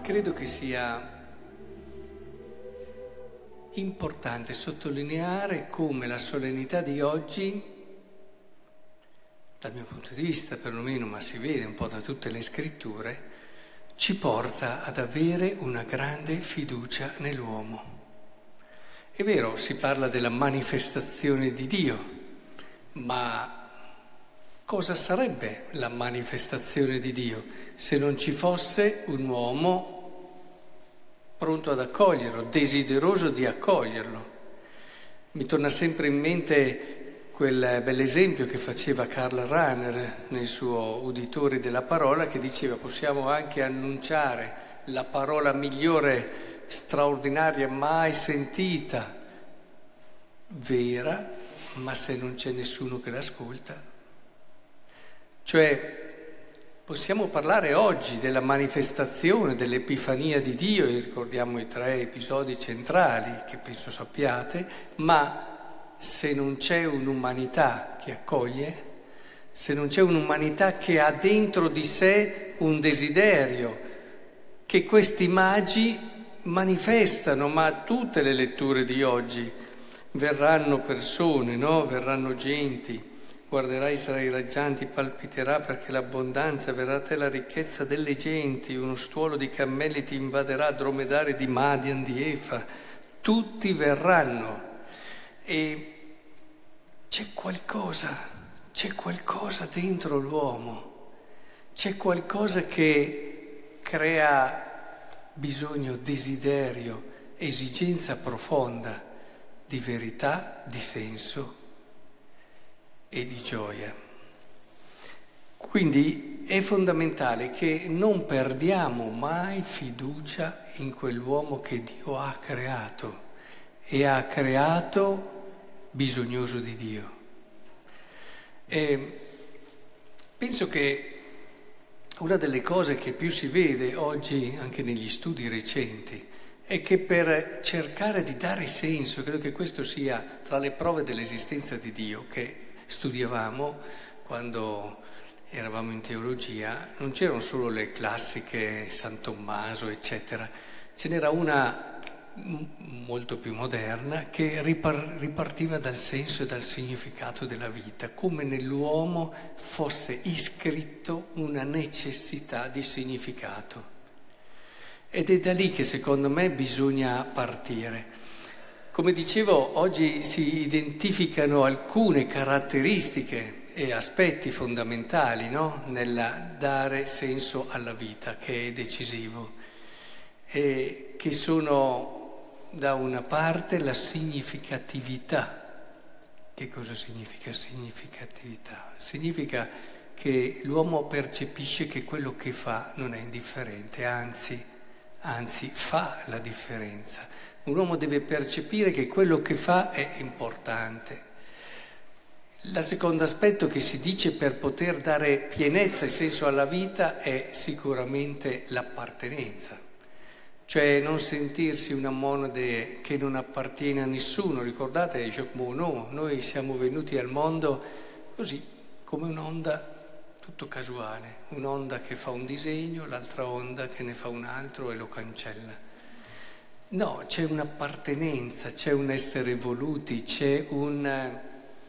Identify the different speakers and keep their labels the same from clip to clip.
Speaker 1: credo che sia importante sottolineare come la solennità di oggi, dal mio punto di vista perlomeno, ma si vede un po' da tutte le scritture, ci porta ad avere una grande fiducia nell'uomo. È vero, si parla della manifestazione di Dio, ma cosa sarebbe la manifestazione di Dio se non ci fosse un uomo pronto ad accoglierlo, desideroso di accoglierlo? Mi torna sempre in mente quel bell'esempio che faceva Karl Rahner nel suo Uditori della Parola, che diceva: possiamo anche annunciare la parola migliore, straordinaria, mai sentita, vera, ma se non c'è nessuno che l'ascolta. Cioè, possiamo parlare oggi della manifestazione, dell'Epifania di Dio, e ricordiamo i 3 episodi centrali che penso sappiate, ma se non c'è un'umanità che accoglie, se non c'è un'umanità che ha dentro di sé un desiderio che questi magi manifestano, ma a tutte le letture di oggi verranno persone, no? Verranno genti. Guarderai, sarai raggianti, palpiterà perché l'abbondanza, verrà a te la ricchezza delle genti, uno stuolo di cammelli ti invaderà, dromedari di Madian, di Efa, tutti verranno. E c'è qualcosa dentro l'uomo, c'è qualcosa che crea bisogno, desiderio, esigenza profonda di verità, di senso e di gioia. Quindi è fondamentale che non perdiamo mai fiducia in quell'uomo che Dio ha creato e ha creato bisognoso di Dio. E penso che una delle cose che più si vede oggi anche negli studi recenti è che per cercare di dare senso, credo che questo sia tra le prove dell'esistenza di Dio che studiavamo quando eravamo in teologia, non c'erano solo le classiche San Tommaso, eccetera, ce n'era una molto più moderna che ripartiva dal senso e dal significato della vita, come nell'uomo fosse iscritto una necessità di significato. Ed è da lì che secondo me bisogna partire. Come dicevo, oggi si identificano alcune caratteristiche e aspetti fondamentali, no? Nel dare senso alla vita, che è decisivo, e che sono da una parte la significatività. Che cosa significa significatività? Significa che l'uomo percepisce che quello che fa non è indifferente, anzi fa la differenza. Un uomo deve percepire che quello che fa è importante. Il secondo aspetto che si dice per poter dare pienezza e senso alla vita è sicuramente l'appartenenza. Cioè non sentirsi una monade che non appartiene a nessuno. Ricordate Jacques Monod, noi siamo venuti al mondo così, come un'onda tutto casuale, un'onda che fa un disegno, l'altra onda che ne fa un altro e lo cancella. No, c'è un'appartenenza, c'è un essere voluti, c'è un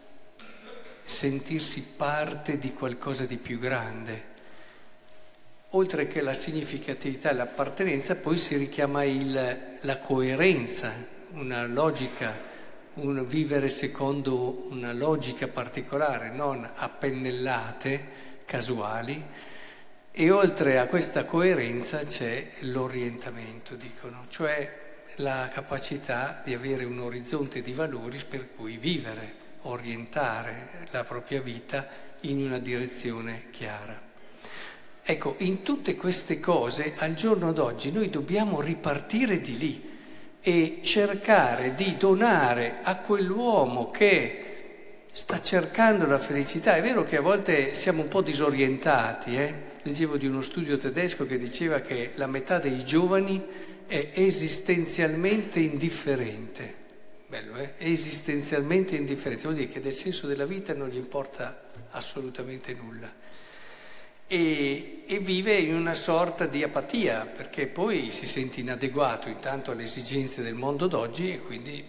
Speaker 1: sentirsi parte di qualcosa di più grande. Oltre che la significatività e l'appartenenza, poi si richiama la coerenza, una logica, un vivere secondo una logica particolare, non a pennellate casuali. E oltre a questa coerenza c'è l'orientamento, dicono, cioè la capacità di avere un orizzonte di valori per cui vivere, orientare la propria vita in una direzione chiara. Ecco, in tutte queste cose, al giorno d'oggi, noi dobbiamo ripartire di lì e cercare di donare a quell'uomo che sta cercando la felicità. È vero che a volte siamo un po' disorientati, Leggevo di uno studio tedesco che diceva che la metà dei giovani è esistenzialmente indifferente. Bello, Esistenzialmente indifferente, vuol dire che del senso della vita non gli importa assolutamente nulla. e vive in una sorta di apatia, perché poi si sente inadeguato intanto alle esigenze del mondo d'oggi e quindi,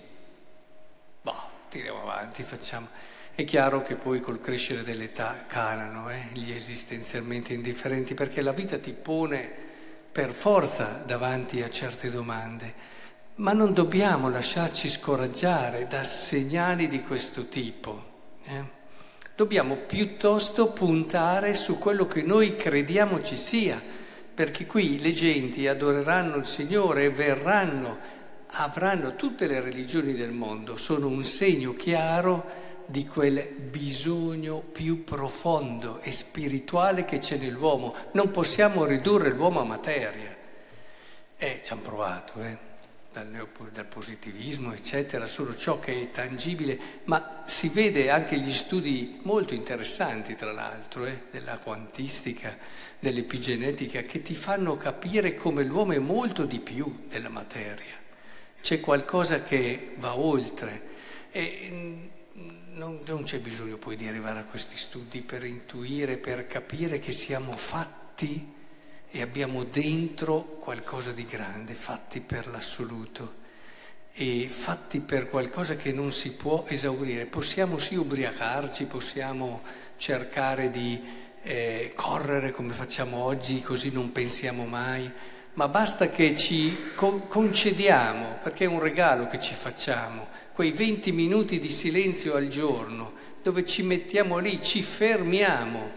Speaker 1: tiriamo avanti, facciamo. È chiaro che poi col crescere dell'età calano gli esistenzialmente indifferenti, perché la vita ti pone per forza davanti a certe domande, ma non dobbiamo lasciarci scoraggiare da segnali di questo tipo. Dobbiamo piuttosto puntare su quello che noi crediamo ci sia, perché qui le genti adoreranno il Signore e avranno tutte le religioni del mondo, sono un segno chiaro di quel bisogno più profondo e spirituale che c'è nell'uomo. Non possiamo ridurre l'uomo a materia. Ci hanno provato, dal positivismo, eccetera, solo ciò che è tangibile, ma si vede anche gli studi molto interessanti, tra l'altro, della quantistica, dell'epigenetica, che ti fanno capire come l'uomo è molto di più della materia. C'è qualcosa che va oltre e non c'è bisogno poi di arrivare a questi studi per intuire, per capire che siamo fatti e abbiamo dentro qualcosa di grande, fatti per l'assoluto e fatti per qualcosa che non si può esaurire. Possiamo sì ubriacarci, possiamo cercare di correre come facciamo oggi, così non pensiamo mai, ma basta che ci concediamo, perché è un regalo che ci facciamo, quei 20 minuti di silenzio al giorno, dove ci mettiamo lì, ci fermiamo,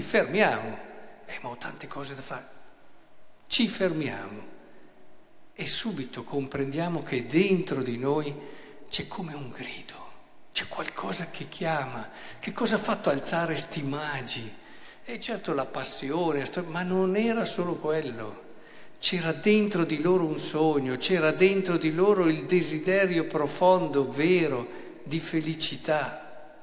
Speaker 1: ma ho tante cose da fare. Ci fermiamo e subito comprendiamo che dentro di noi c'è come un grido, c'è qualcosa che chiama. Che cosa ha fatto alzare sti magi? E certo la passione, ma non era solo quello. C'era dentro di loro un sogno, c'era dentro di loro il desiderio profondo, vero, di felicità.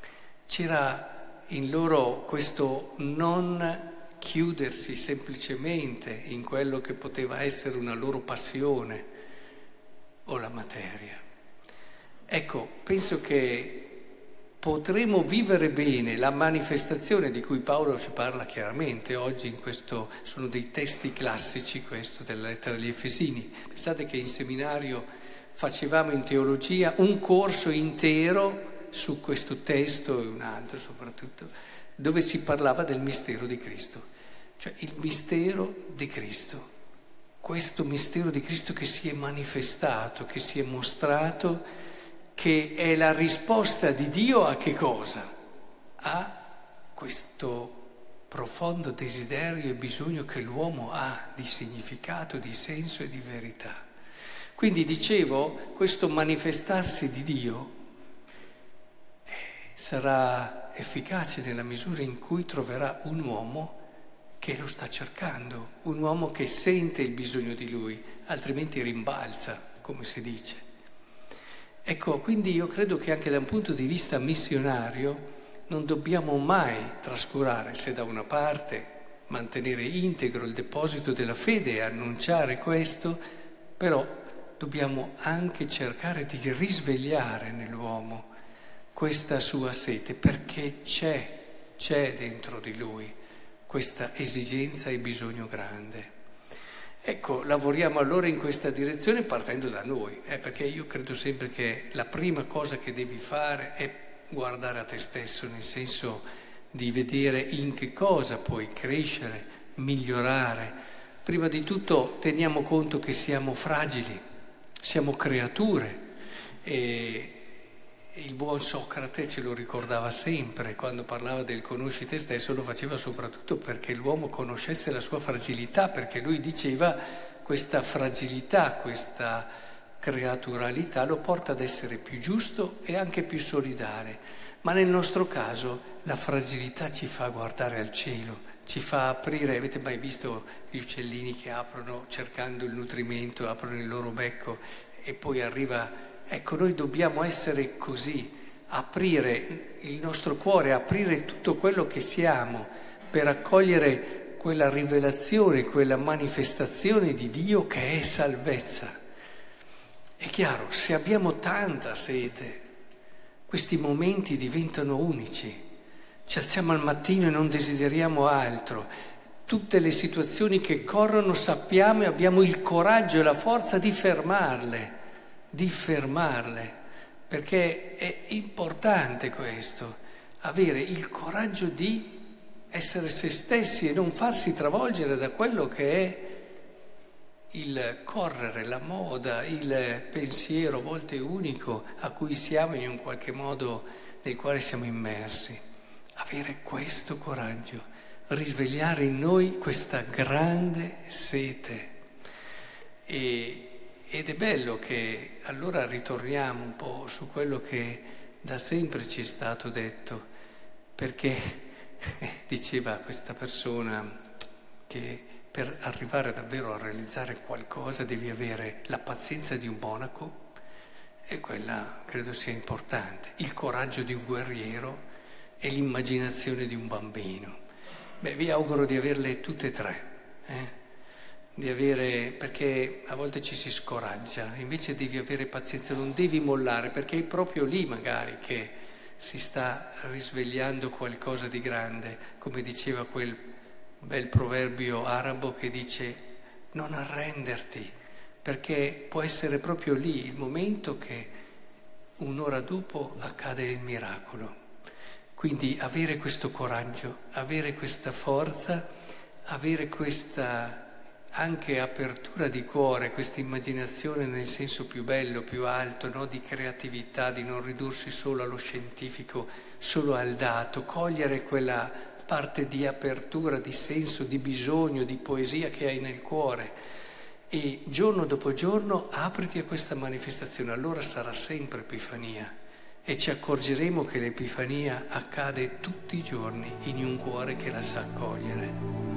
Speaker 1: C'era in loro questo non chiudersi semplicemente in quello che poteva essere una loro passione o la materia. Ecco, penso che potremo vivere bene la manifestazione di cui Paolo ci parla chiaramente oggi in questo, sono dei testi classici questo della lettera agli Efesini. Pensate che in seminario facevamo in teologia un corso intero su questo testo e un altro soprattutto, dove si parlava del mistero di Cristo, cioè il mistero di Cristo, questo mistero di Cristo che si è manifestato, che si è mostrato, che è la risposta di Dio a che cosa? A questo profondo desiderio e bisogno che l'uomo ha di significato, di senso e di verità. Quindi dicevo, questo manifestarsi di Dio sarà efficace nella misura in cui troverà un uomo che lo sta cercando, un uomo che sente il bisogno di lui, altrimenti rimbalza, come si dice. Ecco, quindi io credo che anche da un punto di vista missionario non dobbiamo mai trascurare, se da una parte mantenere integro il deposito della fede e annunciare questo, però dobbiamo anche cercare di risvegliare nell'uomo questa sua sete, perché c'è dentro di lui questa esigenza e bisogno grande. Ecco, lavoriamo allora in questa direzione partendo da noi, perché io credo sempre che la prima cosa che devi fare è guardare a te stesso, nel senso di vedere in che cosa puoi crescere, migliorare. Prima di tutto teniamo conto che siamo fragili, siamo creature e il buon Socrate ce lo ricordava sempre, quando parlava del conosci te stesso lo faceva soprattutto perché l'uomo conoscesse la sua fragilità, perché lui diceva questa fragilità, questa creaturalità lo porta ad essere più giusto e anche più solidale, ma nel nostro caso la fragilità ci fa guardare al cielo, ci fa aprire. Avete mai visto gli uccellini che aprono cercando il nutrimento, aprono il loro becco e poi arriva. Ecco, noi dobbiamo essere così, aprire il nostro cuore, aprire tutto quello che siamo per accogliere quella rivelazione, quella manifestazione di Dio che è salvezza. È chiaro, se abbiamo tanta sete, questi momenti diventano unici. Ci alziamo al mattino e non desideriamo altro. Tutte le situazioni che corrono sappiamo e abbiamo il coraggio e la forza di fermarle, perché è importante questo, avere il coraggio di essere se stessi e non farsi travolgere da quello che è il correre, la moda, il pensiero, a volte unico, a cui siamo in un qualche modo nel quale siamo immersi. Avere questo coraggio, risvegliare in noi questa grande sete. Ed è bello che allora ritorniamo un po' su quello che da sempre ci è stato detto, perché diceva questa persona che per arrivare davvero a realizzare qualcosa devi avere la pazienza di un monaco, e quella credo sia importante, il coraggio di un guerriero e l'immaginazione di un bambino. Beh, vi auguro di averle tutte e tre, perché a volte ci si scoraggia, invece devi avere pazienza, non devi mollare, perché è proprio lì magari che si sta risvegliando qualcosa di grande, come diceva quel bel proverbio arabo che dice non arrenderti, perché può essere proprio lì il momento che un'ora dopo accade il miracolo. Quindi avere questo coraggio, avere questa forza, avere questa anche apertura di cuore, questa immaginazione nel senso più bello, più alto, no? Di creatività, di non ridursi solo allo scientifico, solo al dato, cogliere quella parte di apertura, di senso, di bisogno, di poesia che hai nel cuore. E giorno dopo giorno apriti a questa manifestazione, allora sarà sempre Epifania. E ci accorgeremo che l'Epifania accade tutti i giorni in un cuore che la sa accogliere.